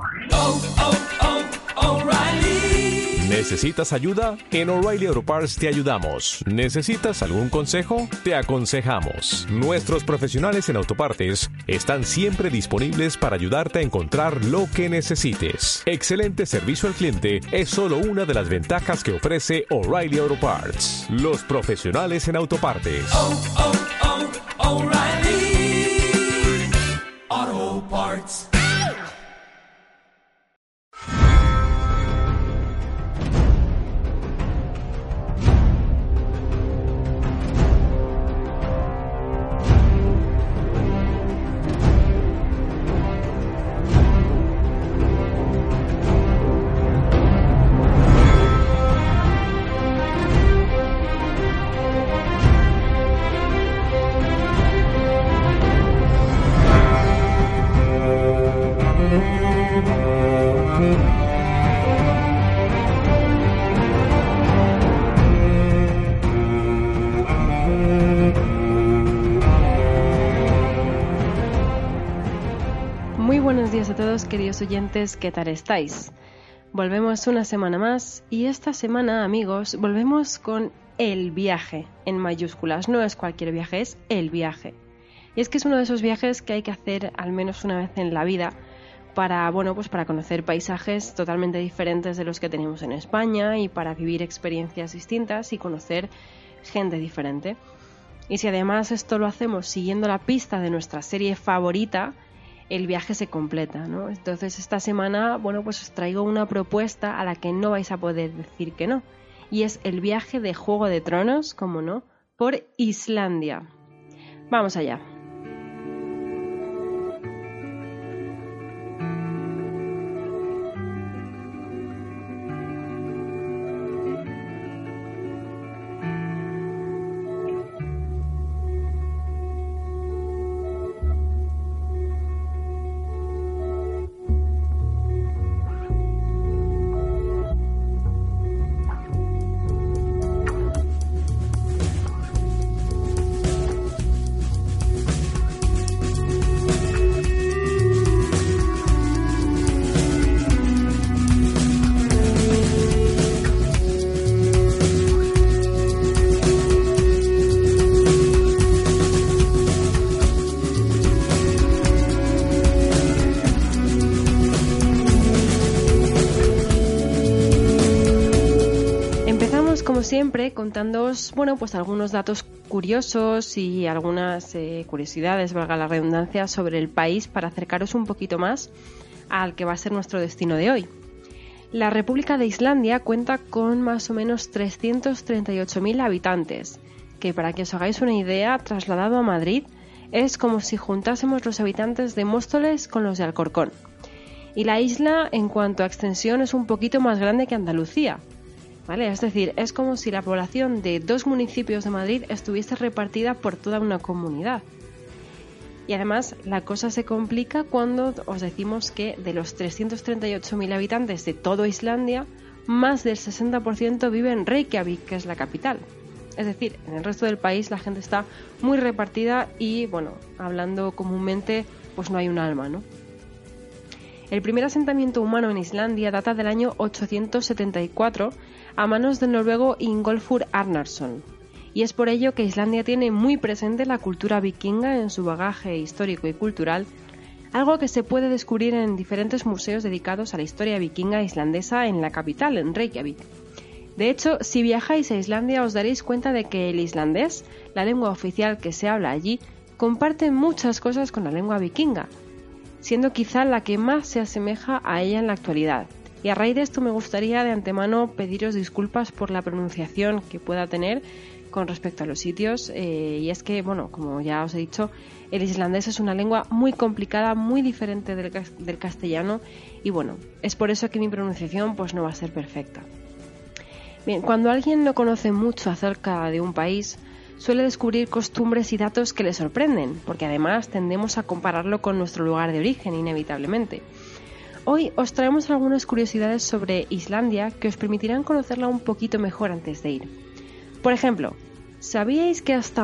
O'Reilly. ¿Necesitas ayuda? En O'Reilly Auto Parts te ayudamos. ¿Necesitas algún consejo? Te aconsejamos. Nuestros profesionales en autopartes están siempre disponibles para ayudarte a encontrar lo que necesites. Excelente servicio al cliente es solo una de las ventajas que ofrece O'Reilly Auto Parts. Los profesionales en autopartes. O'Reilly Auto Parts. Muy buenos días a todos, queridos oyentes, ¿qué tal estáis? Volvemos una semana más y esta semana, amigos, volvemos con el viaje, en mayúsculas. No es cualquier viaje, es el viaje. Y es que es uno de esos viajes que hay que hacer al menos una vez en la vida para, para conocer paisajes totalmente diferentes de los que tenemos en España y para vivir experiencias distintas y conocer gente diferente. Y si además esto lo hacemos siguiendo la pista de nuestra serie favorita, el viaje se completa, ¿no? Entonces esta semana, os traigo una propuesta a la que no vais a poder decir que no. Y es el viaje de Juego de Tronos, como no, por Islandia. Vamos allá. Como siempre, contándoos, algunos datos curiosos y algunas curiosidades, valga la redundancia, sobre el país para acercaros un poquito más al que va a ser nuestro destino de hoy. La República de Islandia cuenta con más o menos 338.000 habitantes, que para que os hagáis una idea, trasladado a Madrid, es como si juntásemos los habitantes de Móstoles con los de Alcorcón. Y la isla, en cuanto a extensión, es un poquito más grande que Andalucía. ¿Vale? Es decir, es como si la población de 2 municipios de Madrid estuviese repartida por toda una comunidad. Y además la cosa se complica cuando os decimos que de los 338.000 habitantes de toda Islandia, más del 60% vive en Reykjavik, que es la capital. Es decir, en el resto del país la gente está muy repartida y, hablando comúnmente, no hay un alma, ¿no? El primer asentamiento humano en Islandia data del año 874 a manos del noruego Ingolfur Arnarson, y es por ello que Islandia tiene muy presente la cultura vikinga en su bagaje histórico y cultural, algo que se puede descubrir en diferentes museos dedicados a la historia vikinga islandesa en la capital, en Reykjavik. De hecho, si viajáis a Islandia os daréis cuenta de que el islandés, la lengua oficial que se habla allí, comparte muchas cosas con la lengua vikinga, siendo quizá la que más se asemeja a ella en la actualidad. Y a raíz de esto me gustaría de antemano pediros disculpas por la pronunciación que pueda tener con respecto a los sitios, y es que, como ya os he dicho, el islandés es una lengua muy complicada, muy diferente del castellano, y es por eso que mi pronunciación no va a ser perfecta. Bien, cuando alguien no conoce mucho acerca de un país, suele descubrir costumbres y datos que le sorprenden, porque además tendemos a compararlo con nuestro lugar de origen, inevitablemente. Hoy os traemos algunas curiosidades sobre Islandia que os permitirán conocerla un poquito mejor antes de ir. Por ejemplo, ¿sabíais que hasta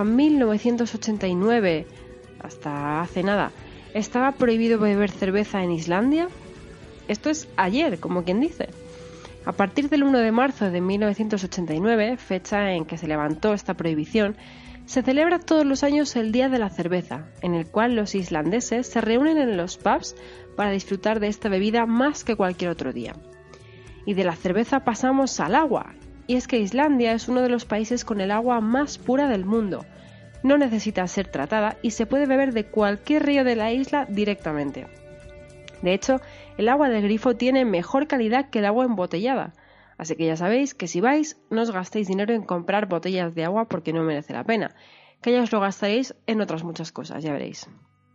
1989, hasta hace nada, estaba prohibido beber cerveza en Islandia? Esto es ayer, como quien dice. A partir del 1 de marzo de 1989, fecha en que se levantó esta prohibición, se celebra todos los años el Día de la Cerveza, en el cual los islandeses se reúnen en los pubs para disfrutar de esta bebida más que cualquier otro día. Y de la cerveza pasamos al agua, y es que Islandia es uno de los países con el agua más pura del mundo. No necesita ser tratada y se puede beber de cualquier río de la isla directamente. De hecho, el agua del grifo tiene mejor calidad que el agua embotellada. Así que ya sabéis que si vais, no os gastéis dinero en comprar botellas de agua porque no merece la pena, que ya os lo gastaréis en otras muchas cosas, ya veréis.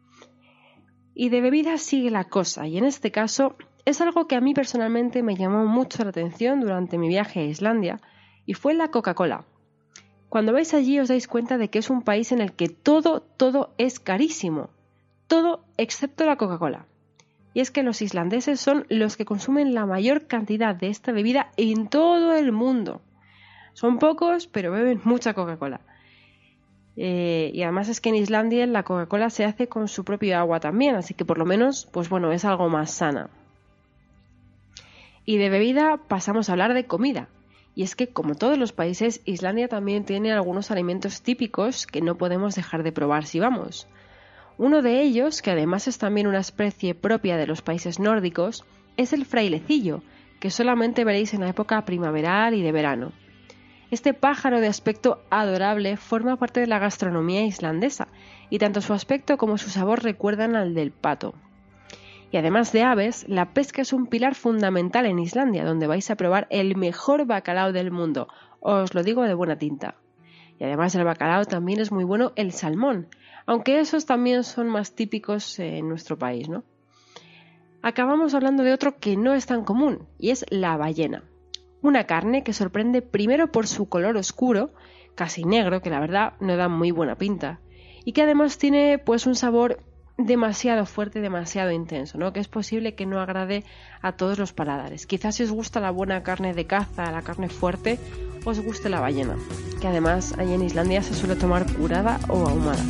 Y de bebidas sigue la cosa, y en este caso es algo que a mí personalmente me llamó mucho la atención durante mi viaje a Islandia, y fue la Coca-Cola. Cuando vais allí os dais cuenta de que es un país en el que todo es carísimo, todo excepto la Coca-Cola. Y es que los islandeses son los que consumen la mayor cantidad de esta bebida en todo el mundo. Son pocos, pero beben mucha Coca-Cola. Y además es que en Islandia la Coca-Cola se hace con su propio agua también, así que por lo menos, pues bueno, es algo más sana. Y de bebida pasamos a hablar de comida. Y es que, como todos los países, Islandia también tiene algunos alimentos típicos que no podemos dejar de probar si vamos. Uno de ellos, que además es también una especie propia de los países nórdicos, es el frailecillo, que solamente veréis en la época primaveral y de verano. Este pájaro de aspecto adorable forma parte de la gastronomía islandesa, y tanto su aspecto como su sabor recuerdan al del pato. Y además de aves, la pesca es un pilar fundamental en Islandia, donde vais a probar el mejor bacalao del mundo, os lo digo de buena tinta. Y además del bacalao también es muy bueno el salmón, aunque esos también son más típicos en nuestro país, ¿no? Acabamos hablando de otro que no es tan común, y es la ballena. Una carne que sorprende primero por su color oscuro, casi negro, que la verdad no da muy buena pinta, y que además tiene pues un sabor demasiado fuerte, demasiado intenso, ¿no? Que es posible que no agrade a todos los paladares. Quizás si os gusta la buena carne de caza, la carne fuerte, os guste la ballena, que además allí en Islandia se suele tomar curada o ahumada.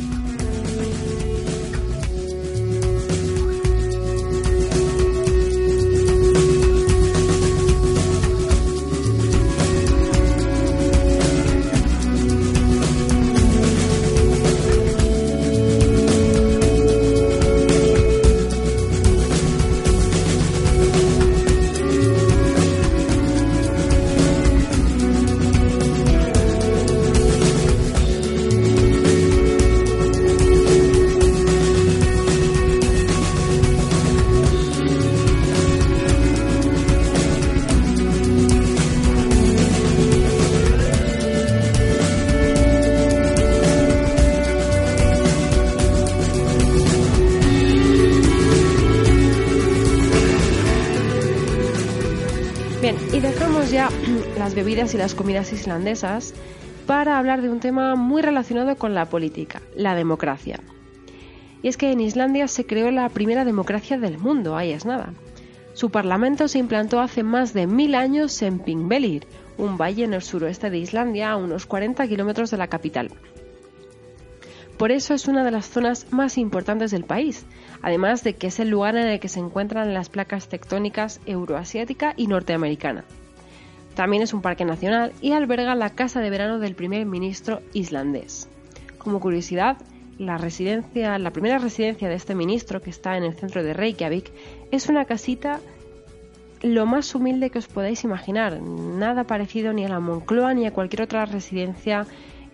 Bien, y dejamos ya las bebidas y las comidas islandesas para hablar de un tema muy relacionado con la política, la democracia. Y es que en Islandia se creó la primera democracia del mundo, ahí es nada. Su parlamento se implantó hace más de 1000 años en Þingvellir, un valle en el suroeste de Islandia, a unos 40 kilómetros de la capital. Por eso es una de las zonas más importantes del país, además de que es el lugar en el que se encuentran las placas tectónicas euroasiática y norteamericana. También es un parque nacional y alberga la casa de verano del primer ministro islandés. Como curiosidad, la primera residencia de este ministro, que está en el centro de Reykjavik, es una casita lo más humilde que os podáis imaginar, nada parecido ni a la Moncloa ni a cualquier otra residencia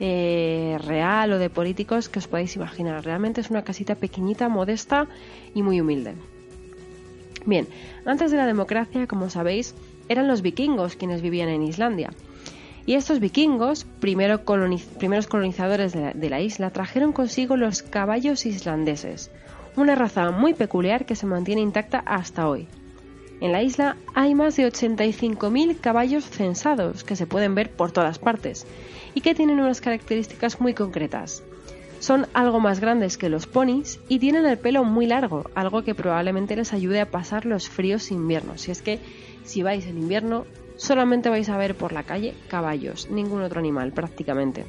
real o de políticos que os podáis imaginar. Realmente es una casita pequeñita, modesta y muy humilde. Bien, antes de la democracia, como sabéis, eran los vikingos quienes vivían en Islandia. Y estos vikingos, primeros colonizadores de la isla, trajeron consigo los caballos islandeses, una raza muy peculiar que se mantiene intacta hasta hoy. En la isla hay más de 85.000 caballos censados que se pueden ver por todas partes y que tienen unas características muy concretas. Son algo más grandes que los ponis y tienen el pelo muy largo, algo que probablemente les ayude a pasar los fríos inviernos. Y es que si vais en invierno solamente vais a ver por la calle caballos, ningún otro animal prácticamente.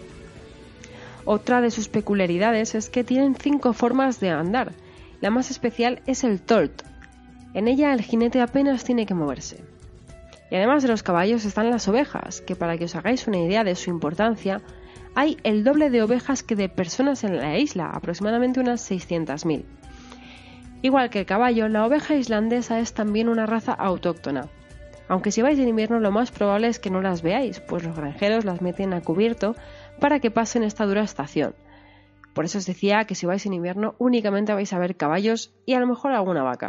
Otra de sus peculiaridades es que tienen 5 formas de andar. La más especial es el tolt, En ella el jinete apenas tiene que moverse. Y además de los caballos están las ovejas, que para que os hagáis una idea de su importancia, hay el doble de ovejas que de personas en la isla, aproximadamente unas 600.000. Igual que el caballo, la oveja islandesa es también una raza autóctona. Aunque si vais en invierno lo más probable es que no las veáis, pues los granjeros las meten a cubierto para que pasen esta dura estación. Por eso os decía que si vais en invierno únicamente vais a ver caballos y a lo mejor alguna vaca.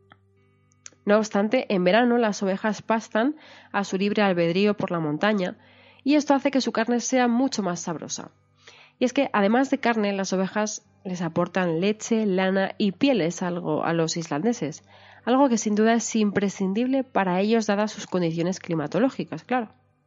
No obstante, en verano las ovejas pastan a su libre albedrío por la montaña y esto hace que su carne sea mucho más sabrosa. Y es que además de carne, las ovejas les aportan leche, lana y pieles a los islandeses, algo que sin duda es imprescindible para ellos dadas sus condiciones climatológicas, claro.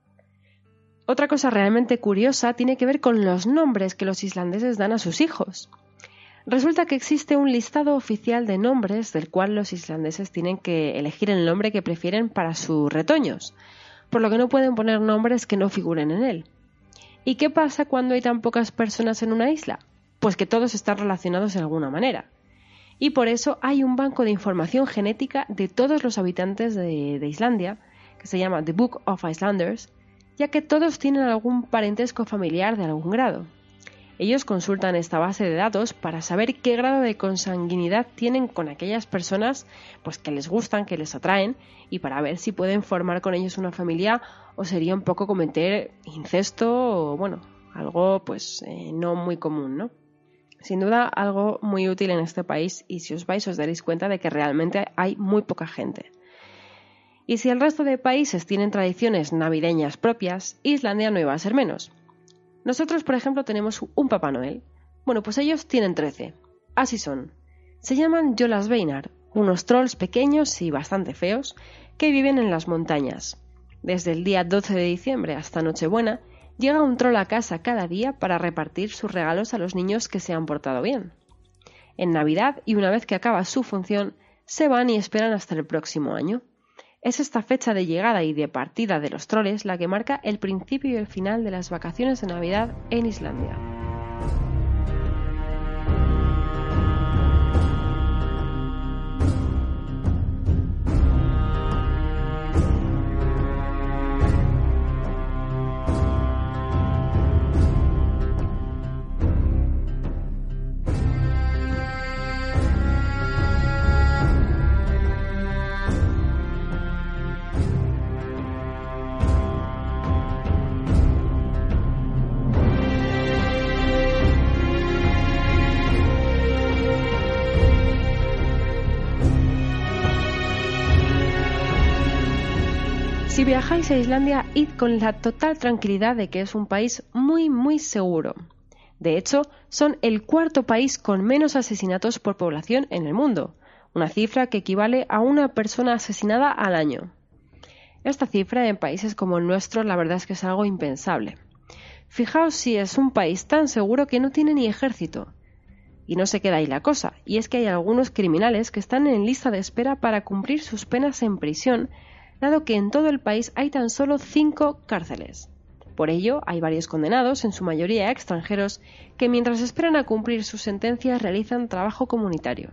Otra cosa realmente curiosa tiene que ver con los nombres que los islandeses dan a sus hijos. Resulta que existe un listado oficial de nombres del cual los islandeses tienen que elegir el nombre que prefieren para sus retoños, por lo que no pueden poner nombres que no figuren en él. ¿Y qué pasa cuando hay tan pocas personas en una isla? Pues que todos están relacionados de alguna manera. Y por eso hay un banco de información genética de todos los habitantes de Islandia, que se llama The Book of Islanders, ya que todos tienen algún parentesco familiar de algún grado. Ellos consultan esta base de datos para saber qué grado de consanguinidad tienen con aquellas personas pues, que les gustan, que les atraen, y para ver si pueden formar con ellos una familia o sería un poco cometer incesto o, bueno, algo pues no muy común, ¿no? Sin duda algo muy útil en este país y si os vais os daréis cuenta de que realmente hay muy poca gente. Y si el resto de países tienen tradiciones navideñas propias, Islandia no iba a ser menos. Nosotros, por ejemplo, tenemos un Papá Noel. Bueno, pues ellos tienen 13. Así son. Se llaman Jólasveinar, unos trolls pequeños y bastante feos que viven en las montañas. Desde el día 12 de diciembre hasta Nochebuena, llega un troll a casa cada día para repartir sus regalos a los niños que se han portado bien. En Navidad, y una vez que acaba su función, se van y esperan hasta el próximo año. Es esta fecha de llegada y de partida de los troles la que marca el principio y el final de las vacaciones de Navidad en Islandia. Si viajáis a Islandia, id con la total tranquilidad de que es un país muy, muy seguro. De hecho, son el cuarto país con menos asesinatos por población en el mundo, una cifra que equivale a una persona asesinada al año. Esta cifra en países como el nuestro la verdad es que es algo impensable. Fijaos si es un país tan seguro que no tiene ni ejército. Y no se queda ahí la cosa, y es que hay algunos criminales que están en lista de espera para cumplir sus penas en prisión, dado que en todo el país hay tan solo 5 cárceles. Por ello, hay varios condenados, en su mayoría extranjeros, que mientras esperan a cumplir sus sentencias realizan trabajo comunitario.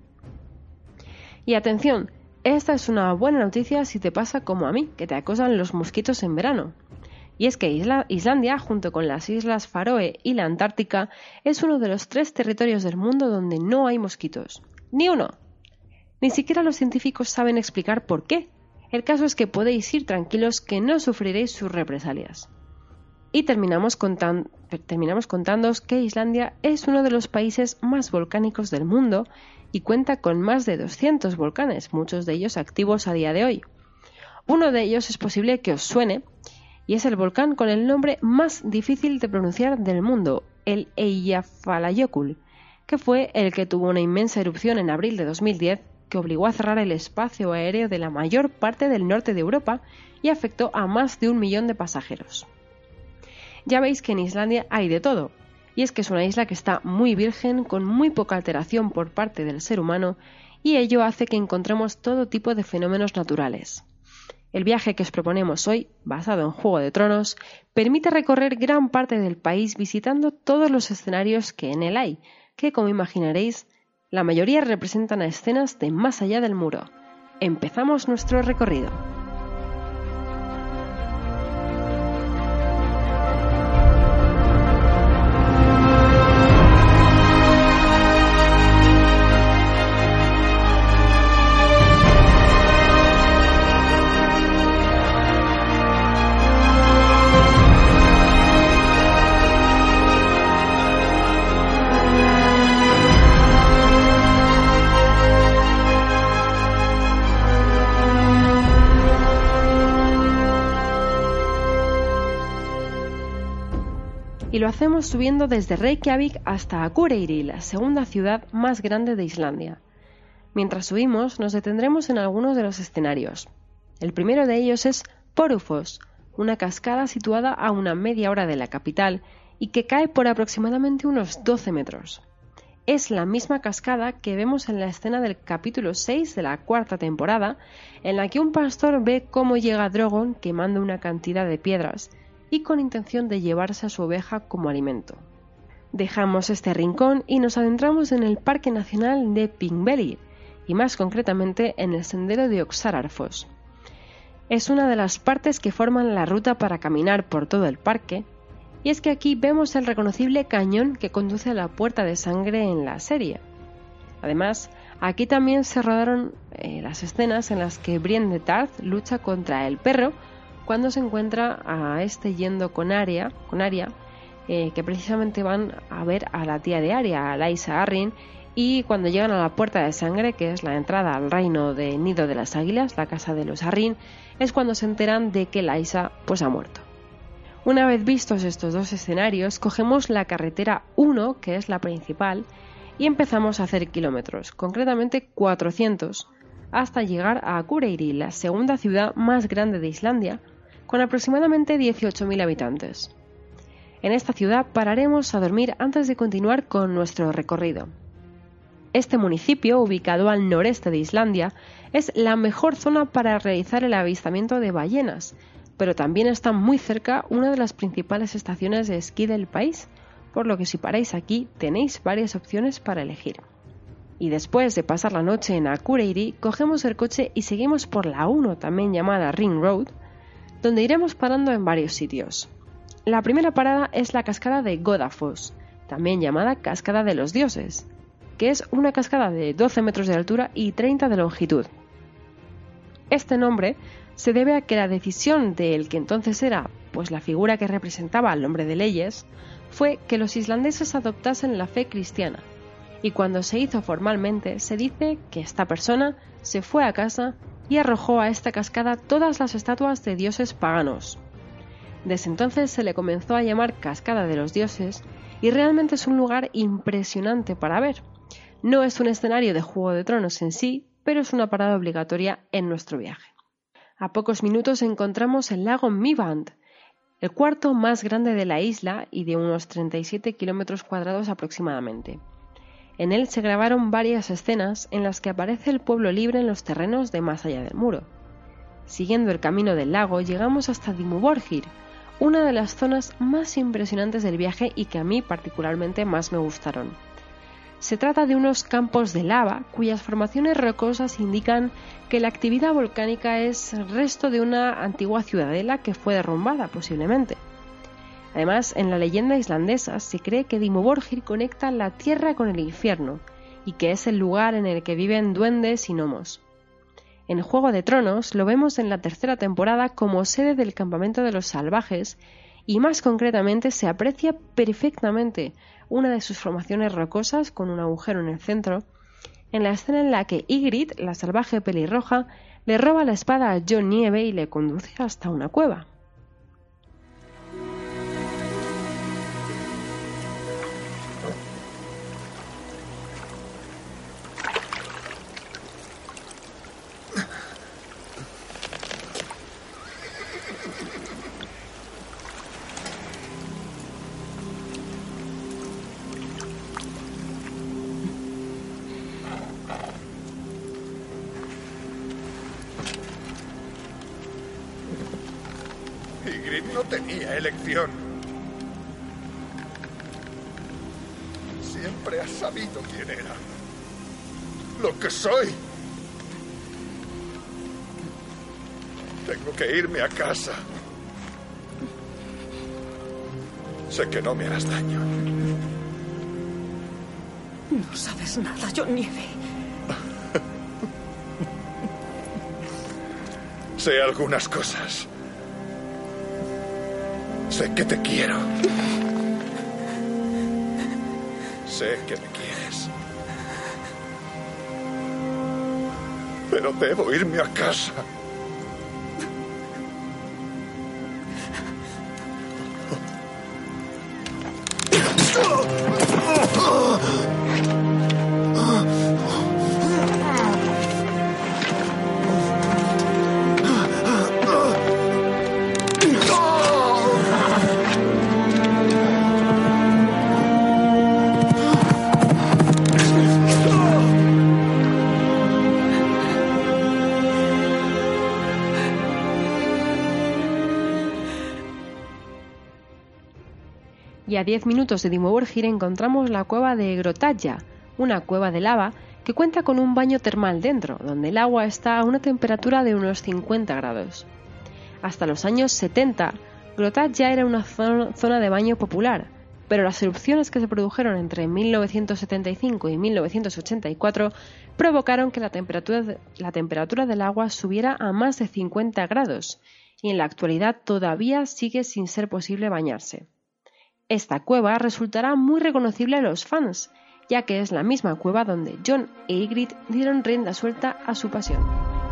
Y atención, esta es una buena noticia si te pasa como a mí, que te acosan los mosquitos en verano. Y es que Islandia, junto con las Islas Faroe y la Antártica, es uno de los 3 territorios del mundo donde no hay mosquitos. ¡Ni uno! Ni siquiera los científicos saben explicar por qué. El caso es que podéis ir tranquilos que no sufriréis sus represalias. Y terminamos contándoos que Islandia es uno de los países más volcánicos del mundo y cuenta con más de 200 volcanes, muchos de ellos activos a día de hoy. Uno de ellos es posible que os suene y es el volcán con el nombre más difícil de pronunciar del mundo, el Eyjafjallajökull, que fue el que tuvo una inmensa erupción en abril de 2010 que obligó a cerrar el espacio aéreo de la mayor parte del norte de Europa y afectó a más de 1 millón de pasajeros. Ya veis que en Islandia hay de todo, y es que es una isla que está muy virgen, con muy poca alteración por parte del ser humano, y ello hace que encontremos todo tipo de fenómenos naturales. El viaje que os proponemos hoy, basado en Juego de Tronos, permite recorrer gran parte del país visitando todos los escenarios que en él hay, que como imaginaréis, la mayoría representan a escenas de más allá del muro, empezamos nuestro recorrido. Y lo hacemos subiendo desde Reykjavik hasta Akureyri, la segunda ciudad más grande de Islandia. Mientras subimos, nos detendremos en algunos de los escenarios. El primero de ellos es Porufos, una cascada situada a una media hora de la capital y que cae por aproximadamente unos 12 metros. Es la misma cascada que vemos en la escena del capítulo 6 de la cuarta temporada, en la que un pastor ve cómo llega Drogon quemando una cantidad de piedras y con intención de llevarse a su oveja como alimento. Dejamos este rincón y nos adentramos en el Parque Nacional de Thingvellir, y más concretamente en el sendero de Oxararfoss. Es una de las partes que forman la ruta para caminar por todo el parque, y es que aquí vemos el reconocible cañón que conduce a la Puerta de Sangre en la serie. Además, aquí también se rodaron las escenas en las que Brienne de Tarth lucha contra el perro cuando se encuentra a este yendo con Arya, que precisamente van a ver a la tía de Arya, a Lysa Arryn, y cuando llegan a la Puerta de Sangre, que es la entrada al reino de Nido de las Águilas, la casa de los Arryn, es cuando se enteran de que Lysa pues ha muerto. Una vez vistos estos dos escenarios, cogemos la carretera 1, que es la principal, y empezamos a hacer kilómetros, concretamente 400, hasta llegar a Akureyri, la segunda ciudad más grande de Islandia, con aproximadamente 18.000 habitantes. En esta ciudad pararemos a dormir antes de continuar con nuestro recorrido. Este municipio, ubicado al noreste de Islandia, es la mejor zona para realizar el avistamiento de ballenas, pero también está muy cerca una de las principales estaciones de esquí del país, por lo que si paráis aquí tenéis varias opciones para elegir. Y después de pasar la noche en Akureyri, cogemos el coche y seguimos por la 1, también llamada Ring Road, donde iremos parando en varios sitios. La primera parada es la cascada de Godafoss, también llamada Cascada de los Dioses, que es una cascada de 12 metros de altura y 30 de longitud. Este nombre se debe a que la decisión del que entonces era pues la figura que representaba al hombre de leyes fue que los islandeses adoptasen la fe cristiana, y cuando se hizo formalmente se dice que esta persona se fue a casa y arrojó a esta cascada todas las estatuas de dioses paganos. Desde entonces se le comenzó a llamar Cascada de los Dioses y realmente es un lugar impresionante para ver. No es un escenario de Juego de Tronos en sí, pero es una parada obligatoria en nuestro viaje. A pocos minutos encontramos el lago Mývatn, el cuarto más grande de la isla y de unos 37 kilómetros cuadrados aproximadamente. En él se grabaron varias escenas en las que aparece el pueblo libre en los terrenos de más allá del muro. Siguiendo el camino del lago llegamos hasta Dimmuborgir, una de las zonas más impresionantes del viaje y que a mí particularmente más me gustaron. Se trata de unos campos de lava cuyas formaciones rocosas indican que la actividad volcánica es resto de una antigua ciudadela que fue derrumbada posiblemente. Además, en la leyenda islandesa se cree que Dimmuborgir conecta la tierra con el infierno y que es el lugar en el que viven duendes y gnomos. En Juego de Tronos lo vemos en la tercera temporada como sede del campamento de los salvajes y más concretamente se aprecia perfectamente una de sus formaciones rocosas con un agujero en el centro, en la escena en la que Ygritte, la salvaje pelirroja, le roba la espada a Jon Nieve y le conduce hasta una cueva. Ygritte no tenía elección. Siempre has sabido quién era. Lo que soy. Tengo que irme a casa. Sé que no me harás daño. No sabes nada, John Nieve. Sé algunas cosas. Sé que te quiero. Sé que me quieres. Pero debo irme a casa. Y a 10 minutos de Dimmu Borgir encontramos la cueva de Grotaya, una cueva de lava que cuenta con un baño termal dentro, donde el agua está a una temperatura de unos 50 grados. Hasta los años 70, Grotaya era una zona de baño popular, pero las erupciones que se produjeron entre 1975 y 1984 provocaron que la temperatura del agua subiera a más de 50 grados, y en la actualidad todavía sigue sin ser posible bañarse. Esta cueva resultará muy reconocible a los fans, ya que es la misma cueva donde John e Ygritte dieron rienda suelta a su pasión.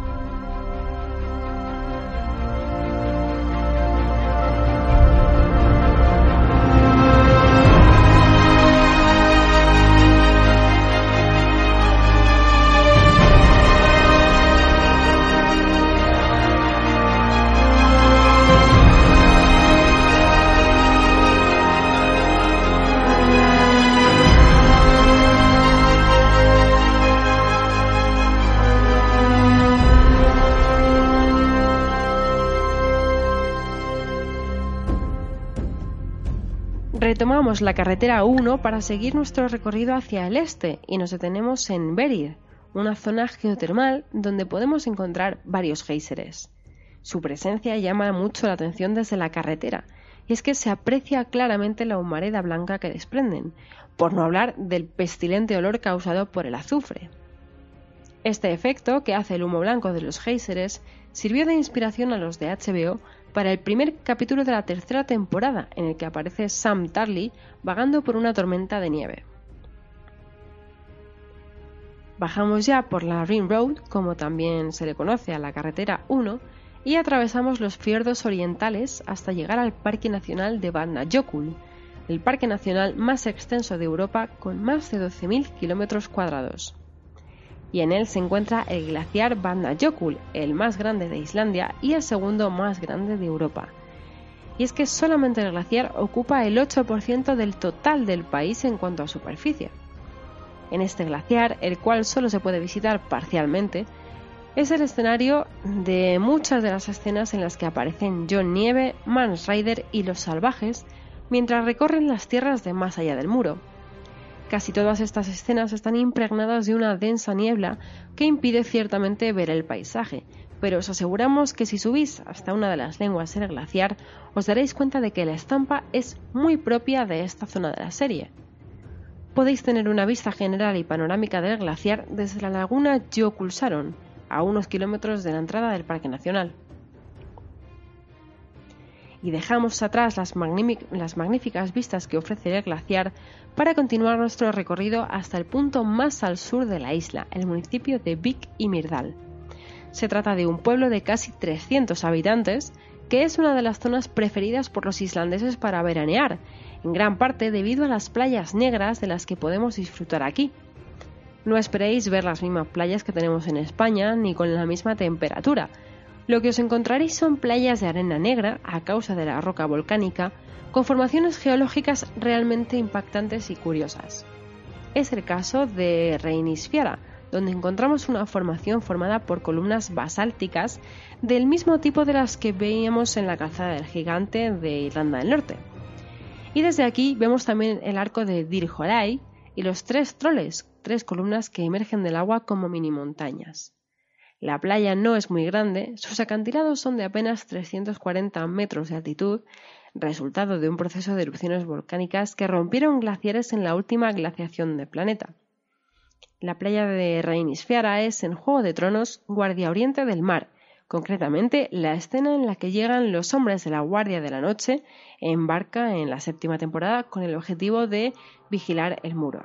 Retomamos la carretera 1 para seguir nuestro recorrido hacia el este y nos detenemos en Berid, una zona geotermal donde podemos encontrar varios géiseres. Su presencia llama mucho la atención desde la carretera, y es que se aprecia claramente la humareda blanca que desprenden, por no hablar del pestilente olor causado por el azufre. Este efecto que hace el humo blanco de los géiseres sirvió de inspiración a los de HBO para el primer capítulo de la tercera temporada, en el que aparece Sam Tarly vagando por una tormenta de nieve. Bajamos ya por la Ring Road, como también se le conoce a la carretera 1, y atravesamos los fiordos orientales hasta llegar al Parque Nacional de Vatnajökull, el parque nacional más extenso de Europa con más de 12.000 kilómetros cuadrados. Y en él se encuentra el glaciar Vatnajökull, el más grande de Islandia y el segundo más grande de Europa. Y es que solamente el glaciar ocupa el 8% del total del país en cuanto a superficie. En este glaciar, el cual solo se puede visitar parcialmente, es el escenario de muchas de las escenas en las que aparecen John Nieve, Mance Rayder y los salvajes mientras recorren las tierras de más allá del muro. Casi todas estas escenas están impregnadas de una densa niebla que impide ciertamente ver el paisaje, pero os aseguramos que si subís hasta una de las lenguas del glaciar os daréis cuenta de que la estampa es muy propia de esta zona de la serie. Podéis tener una vista general y panorámica del glaciar desde la laguna Jökulsárlón, a unos kilómetros de la entrada del Parque Nacional. Y dejamos atrás las magníficas vistas que ofrece el glaciar para continuar nuestro recorrido hasta el punto más al sur de la isla, el municipio de Vik y Myrdal. Se trata de un pueblo de casi 300 habitantes, que es una de las zonas preferidas por los islandeses para veranear, en gran parte debido a las playas negras de las que podemos disfrutar aquí. No esperéis ver las mismas playas que tenemos en España, ni con la misma temperatura. Lo que os encontraréis son playas de arena negra a causa de la roca volcánica, con formaciones geológicas realmente impactantes y curiosas. Es el caso de Reynisfjara, donde encontramos una formación formada por columnas basálticas del mismo tipo de las que veíamos en la calzada del gigante de Irlanda del Norte. Y desde aquí vemos también el arco de Dyrhólaey y los tres troles, tres columnas que emergen del agua como mini montañas. La playa no es muy grande, sus acantilados son de apenas 340 metros de altitud, resultado de un proceso de erupciones volcánicas que rompieron glaciares en la última glaciación del planeta. La playa de Rhaenysfera es, en Juego de Tronos, Guardia Oriente del Mar, concretamente la escena en la que llegan los hombres de la Guardia de la Noche en barca en la 7ª temporada con el objetivo de vigilar el muro.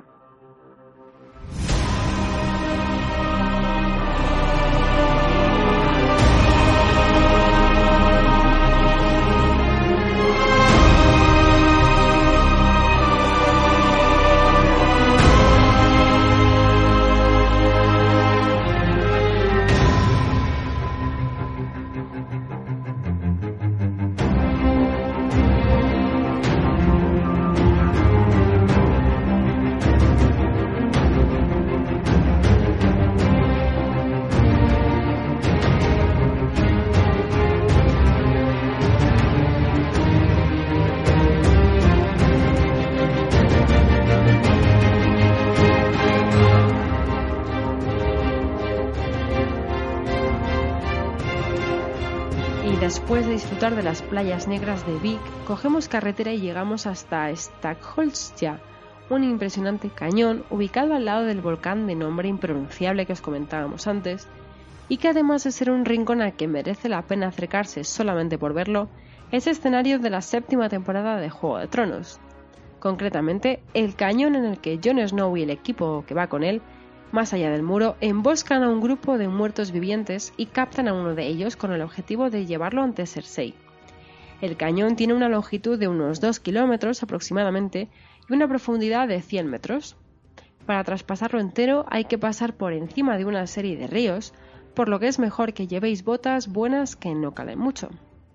Después de disfrutar de las playas negras de Vik, cogemos carretera y llegamos hasta Stakholstja, un impresionante cañón ubicado al lado del volcán de nombre impronunciable que os comentábamos antes, y que además de ser un rincón al que merece la pena acercarse solamente por verlo, es escenario de la 7ª temporada de Juego de Tronos. Concretamente, el cañón en el que Jon Snow y el equipo que va con él, más allá del muro, emboscan a un grupo de muertos vivientes y captan a uno de ellos con el objetivo de llevarlo ante Cersei. El cañón tiene una longitud de unos 2 kilómetros aproximadamente y una profundidad de 100 metros. Para traspasarlo entero hay que pasar por encima de una serie de ríos, por lo que es mejor que llevéis botas buenas que no calen mucho.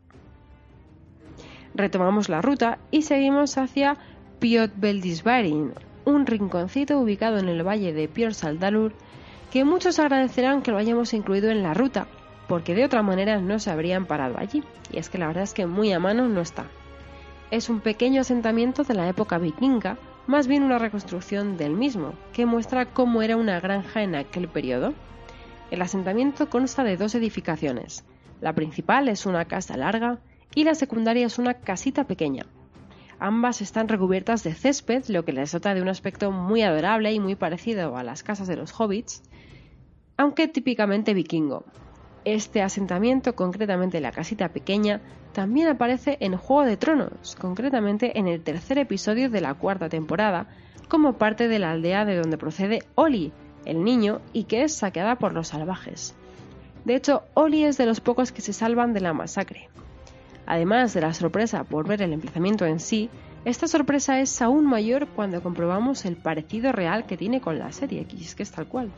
Retomamos la ruta y seguimos hacia Piothbellisvarin, un rinconcito ubicado en el valle de Pyr-Saldalur, que muchos agradecerán que lo hayamos incluido en la ruta, porque de otra manera no se habrían parado allí, y es que la verdad es que muy a mano no está. Es un pequeño asentamiento de la época vikinga, más bien una reconstrucción del mismo, que muestra cómo era una granja en aquel periodo. El asentamiento consta de 2 edificaciones. La principal es una casa larga y la secundaria es una casita pequeña. Ambas están recubiertas de césped, lo que les dota de un aspecto muy adorable y muy parecido a las casas de los hobbits, aunque típicamente vikingo. Este asentamiento, concretamente la casita pequeña, también aparece en Juego de Tronos, concretamente en el 3er episodio de la 4ª temporada, como parte de la aldea de donde procede Olly, el niño, y que es saqueada por los salvajes. De hecho, Olly es de los pocos que se salvan de la masacre. Además de la sorpresa por ver el emplazamiento en sí, esta sorpresa es aún mayor cuando comprobamos el parecido real que tiene con la serie, que es que es tal cual.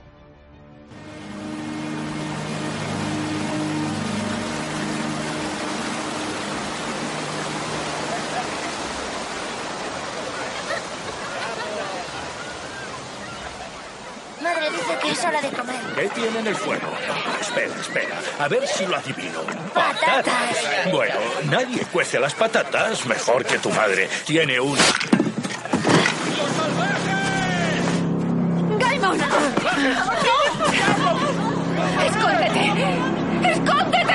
Madre dice que es hora de comer. ¿Qué tiene en el fuego? Espera. A ver si lo adivino. ¡Patatas! Bueno, nadie cuece las patatas mejor que tu madre. Tiene un... ¡Gaimon! ¡No! ¡Escóndete! ¡Escóndete!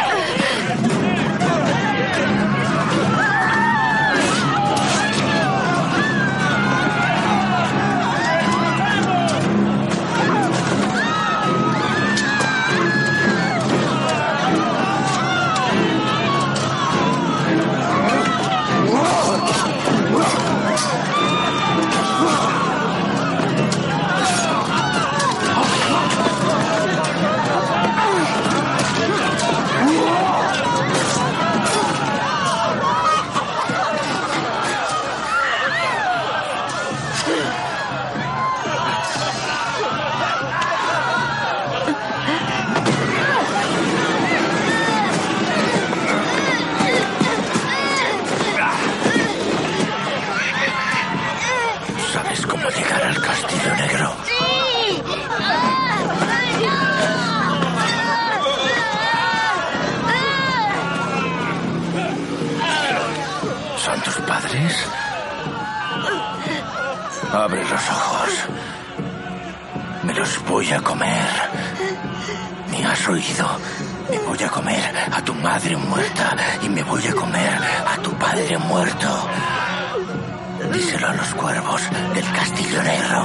Abre los ojos. Me los voy a comer. ¿Me has oído? Me voy a comer a tu madre muerta y me voy a comer a tu padre muerto. Díselo a los cuervos del Castillo Negro.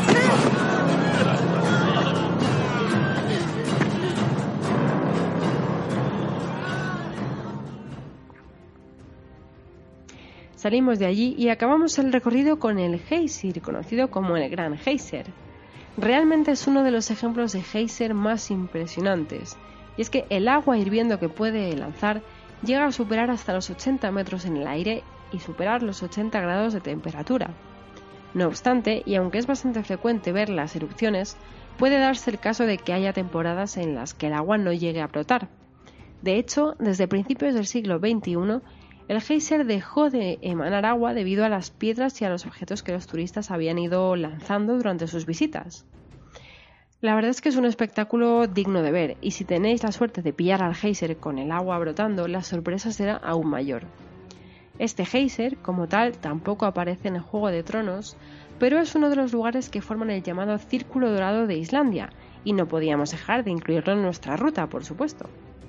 Salimos de allí y acabamos el recorrido con el Geysir, conocido como el Gran Geyser. Realmente es uno de los ejemplos de geyser más impresionantes, y es que el agua hirviendo que puede lanzar llega a superar hasta los 80 metros en el aire y superar los 80 grados de temperatura. No obstante, y aunque es bastante frecuente ver las erupciones, puede darse el caso de que haya temporadas en las que el agua no llegue a brotar. De hecho, desde principios del siglo XXI, el geyser dejó de emanar agua debido a las piedras y a los objetos que los turistas habían ido lanzando durante sus visitas. La verdad es que es un espectáculo digno de ver, y si tenéis la suerte de pillar al geyser con el agua brotando, la sorpresa será aún mayor. Este geyser, como tal, tampoco aparece en el Juego de Tronos, pero es uno de los lugares que forman el llamado Círculo Dorado de Islandia, y no podíamos dejar de incluirlo en nuestra ruta, por supuesto.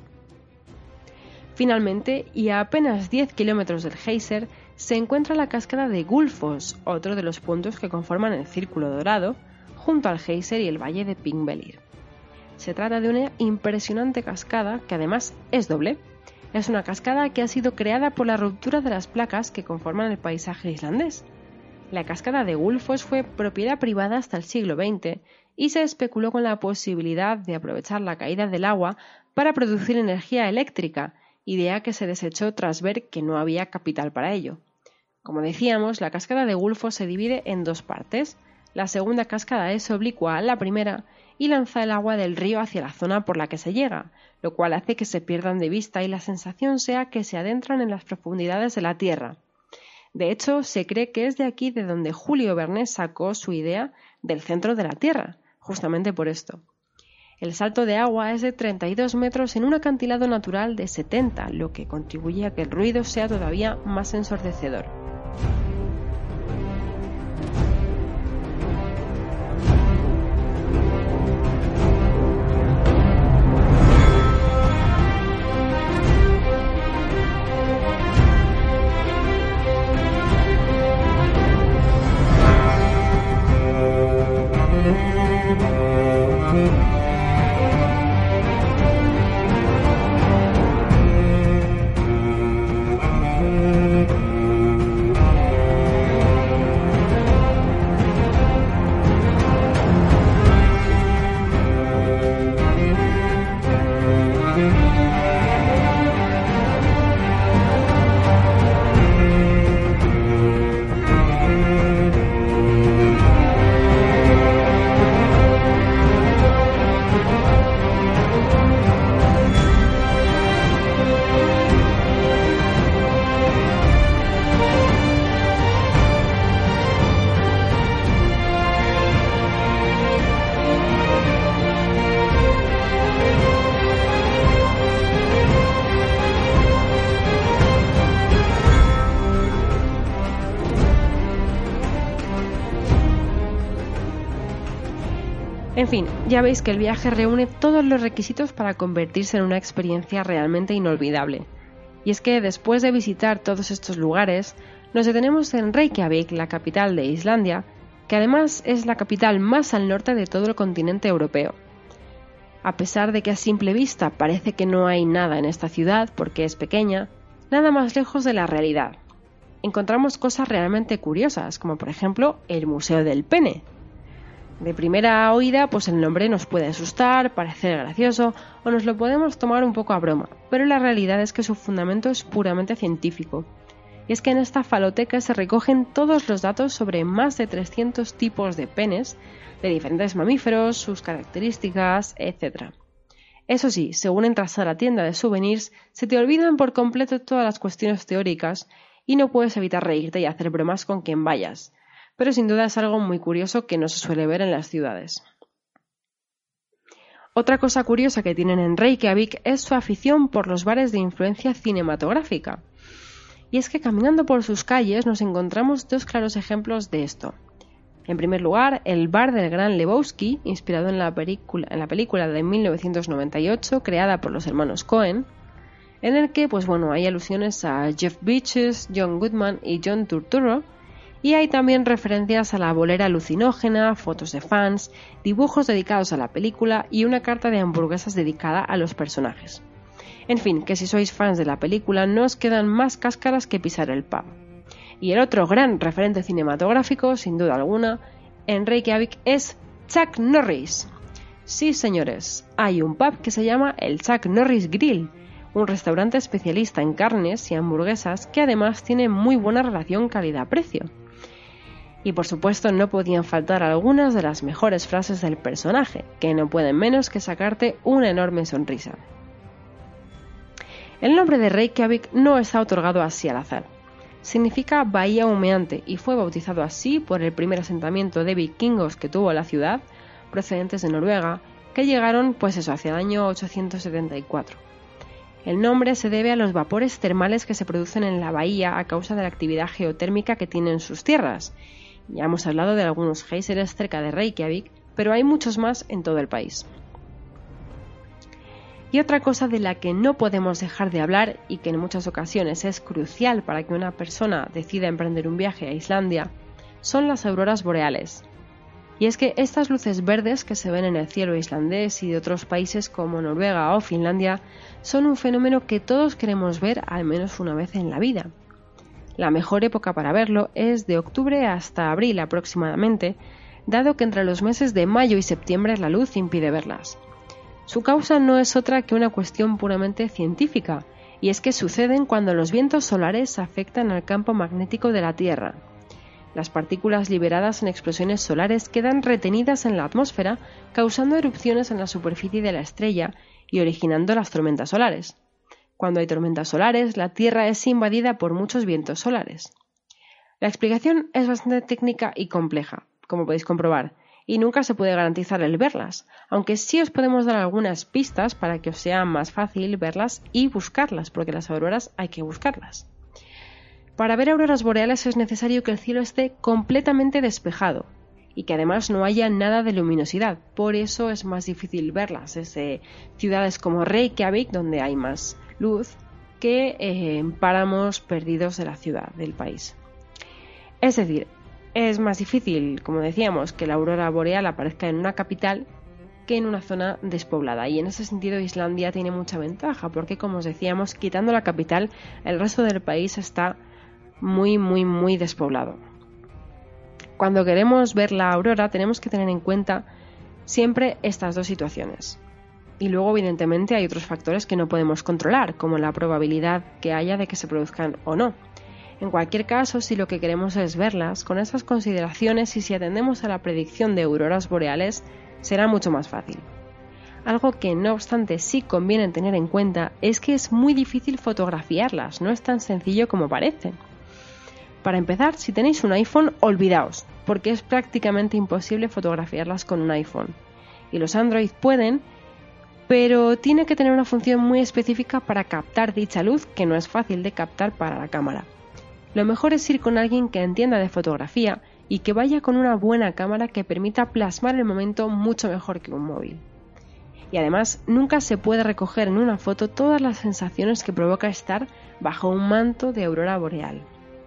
Finalmente, y a apenas 10 kilómetros del geyser, se encuentra la cascada de Gullfoss, otro de los puntos que conforman el Círculo Dorado, junto al geyser y el valle de Þingvellir. Se trata de una impresionante cascada que además es doble. Es una cascada que ha sido creada por la ruptura de las placas que conforman el paisaje islandés. La cascada de Gullfoss fue propiedad privada hasta el siglo XX y se especuló con la posibilidad de aprovechar la caída del agua para producir energía eléctrica, idea que se desechó tras ver que no había capital para ello. Como decíamos, la cascada de Gullfoss se divide en dos partes. La segunda cascada es oblicua a la primera y lanza el agua del río hacia la zona por la que se llega, lo cual hace que se pierdan de vista y la sensación sea que se adentran en las profundidades de la tierra. De hecho, se cree que es de aquí de donde Julio Verne sacó su idea del centro de la Tierra, justamente por esto. El salto de agua es de 32 metros en un acantilado natural de 70, lo que contribuye a que el ruido sea todavía más ensordecedor. En fin, ya veis que el viaje reúne todos los requisitos para convertirse en una experiencia realmente inolvidable. Y es que después de visitar todos estos lugares, nos detenemos en Reykjavik, la capital de Islandia, que además es la capital más al norte de todo el continente europeo. A pesar de que a simple vista parece que no hay nada en esta ciudad porque es pequeña, nada más lejos de la realidad. Encontramos cosas realmente curiosas, como por ejemplo el Museo del Pene. De primera oída, pues el nombre nos puede asustar, parecer gracioso o nos lo podemos tomar un poco a broma, pero la realidad es que su fundamento es puramente científico. Y es que en esta faloteca se recogen todos los datos sobre más de 300 tipos de penes, de diferentes mamíferos, sus características, etc. Eso sí, según entras a la tienda de souvenirs, se te olvidan por completo todas las cuestiones teóricas y no puedes evitar reírte y hacer bromas con quien vayas. Pero sin duda es algo muy curioso que no se suele ver en las ciudades. Otra cosa curiosa que tienen en Reykjavik es su afición por los bares de influencia cinematográfica. Y es que caminando por sus calles nos encontramos dos claros ejemplos de esto. En primer lugar, el bar del Gran Lebowski, inspirado en la película de 1998 creada por los hermanos Coen, en el que hay alusiones a Jeff Bridges, John Goodman y John Turturro, y hay también referencias a la bolera alucinógena, fotos de fans, dibujos dedicados a la película y una carta de hamburguesas dedicada a los personajes. En fin, que si sois fans de la película no os quedan más cáscaras que pisar el pub. Y el otro gran referente cinematográfico, sin duda alguna, en Reykjavik es Chuck Norris. Sí, señores, hay un pub que se llama el Chuck Norris Grill, un restaurante especialista en carnes y hamburguesas que además tiene muy buena relación calidad-precio. Y por supuesto no podían faltar algunas de las mejores frases del personaje, que no pueden menos que sacarte una enorme sonrisa. El nombre de Reykjavik no está otorgado así al azar. Significa bahía humeante y fue bautizado así por el primer asentamiento de vikingos que tuvo la ciudad, procedentes de Noruega, que llegaron hacia el año 874. El nombre se debe a los vapores termales que se producen en la bahía a causa de la actividad geotérmica que tienen sus tierras. Ya hemos hablado de algunos géiseres cerca de Reykjavik, pero hay muchos más en todo el país. Y otra cosa de la que no podemos dejar de hablar y que en muchas ocasiones es crucial para que una persona decida emprender un viaje a Islandia son las auroras boreales. Y es que estas luces verdes que se ven en el cielo islandés y de otros países como Noruega o Finlandia son un fenómeno que todos queremos ver al menos una vez en la vida. La mejor época para verlo es de octubre hasta abril aproximadamente, dado que entre los meses de mayo y septiembre la luz impide verlas. Su causa no es otra que una cuestión puramente científica, y es que suceden cuando los vientos solares afectan al campo magnético de la Tierra. Las partículas liberadas en explosiones solares quedan retenidas en la atmósfera, causando erupciones en la superficie de la estrella y originando las tormentas solares. Cuando hay tormentas solares, la Tierra es invadida por muchos vientos solares. La explicación es bastante técnica y compleja, como podéis comprobar, y nunca se puede garantizar el verlas, aunque sí os podemos dar algunas pistas para que os sea más fácil verlas y buscarlas, porque las auroras hay que buscarlas. Para ver auroras boreales es necesario que el cielo esté completamente despejado y que además no haya nada de luminosidad, por eso es más difícil verlas desde ciudades como Reykjavik, donde hay más luz, que en páramos perdidos de la ciudad, del país. Es decir, es más difícil, como decíamos, que la aurora boreal aparezca en una capital que en una zona despoblada. Y en ese sentido Islandia tiene mucha ventaja, porque como os decíamos, quitando la capital, el resto del país está muy despoblado. Cuando queremos ver la aurora tenemos que tener en cuenta siempre estas dos situaciones. Y luego, evidentemente, hay otros factores que no podemos controlar, como la probabilidad que haya de que se produzcan o no. En cualquier caso, si lo que queremos es verlas, con esas consideraciones y si atendemos a la predicción de auroras boreales, será mucho más fácil. Algo que, no obstante, sí conviene tener en cuenta es que es muy difícil fotografiarlas, no es tan sencillo como parece. Para empezar, si tenéis un iPhone, olvidaos, porque es prácticamente imposible fotografiarlas con un iPhone. Y los Android pueden, pero tiene que tener una función muy específica para captar dicha luz, que no es fácil de captar para la cámara. Lo mejor es ir con alguien que entienda de fotografía y que vaya con una buena cámara que permita plasmar el momento mucho mejor que un móvil. Y además, nunca se puede recoger en una foto todas las sensaciones que provoca estar bajo un manto de aurora boreal.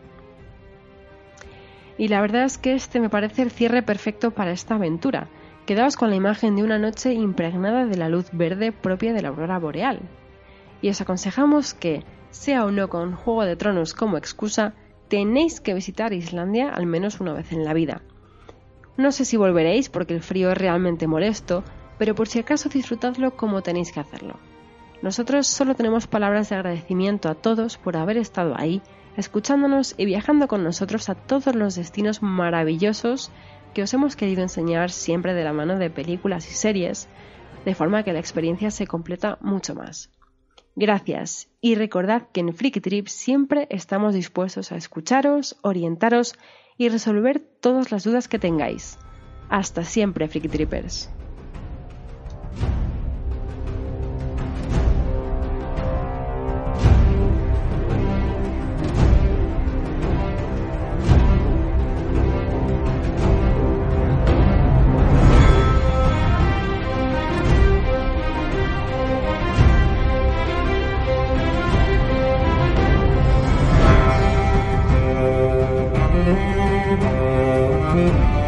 Y la verdad es que este me parece el cierre perfecto para esta aventura. Quedaos con la imagen de una noche impregnada de la luz verde propia de la aurora boreal. Y os aconsejamos que, sea o no con Juego de Tronos como excusa, tenéis que visitar Islandia al menos una vez en la vida. No sé si volveréis porque el frío es realmente molesto, pero por si acaso disfrutadlo como tenéis que hacerlo. Nosotros solo tenemos palabras de agradecimiento a todos por haber estado ahí, escuchándonos y viajando con nosotros a todos los destinos maravillosos que os hemos querido enseñar siempre de la mano de películas y series, de forma que la experiencia se completa mucho más. Gracias, y recordad que en Friki Trip siempre estamos dispuestos a escucharos, orientaros y resolver todas las dudas que tengáis. Hasta siempre, Friki Trippers. Chao.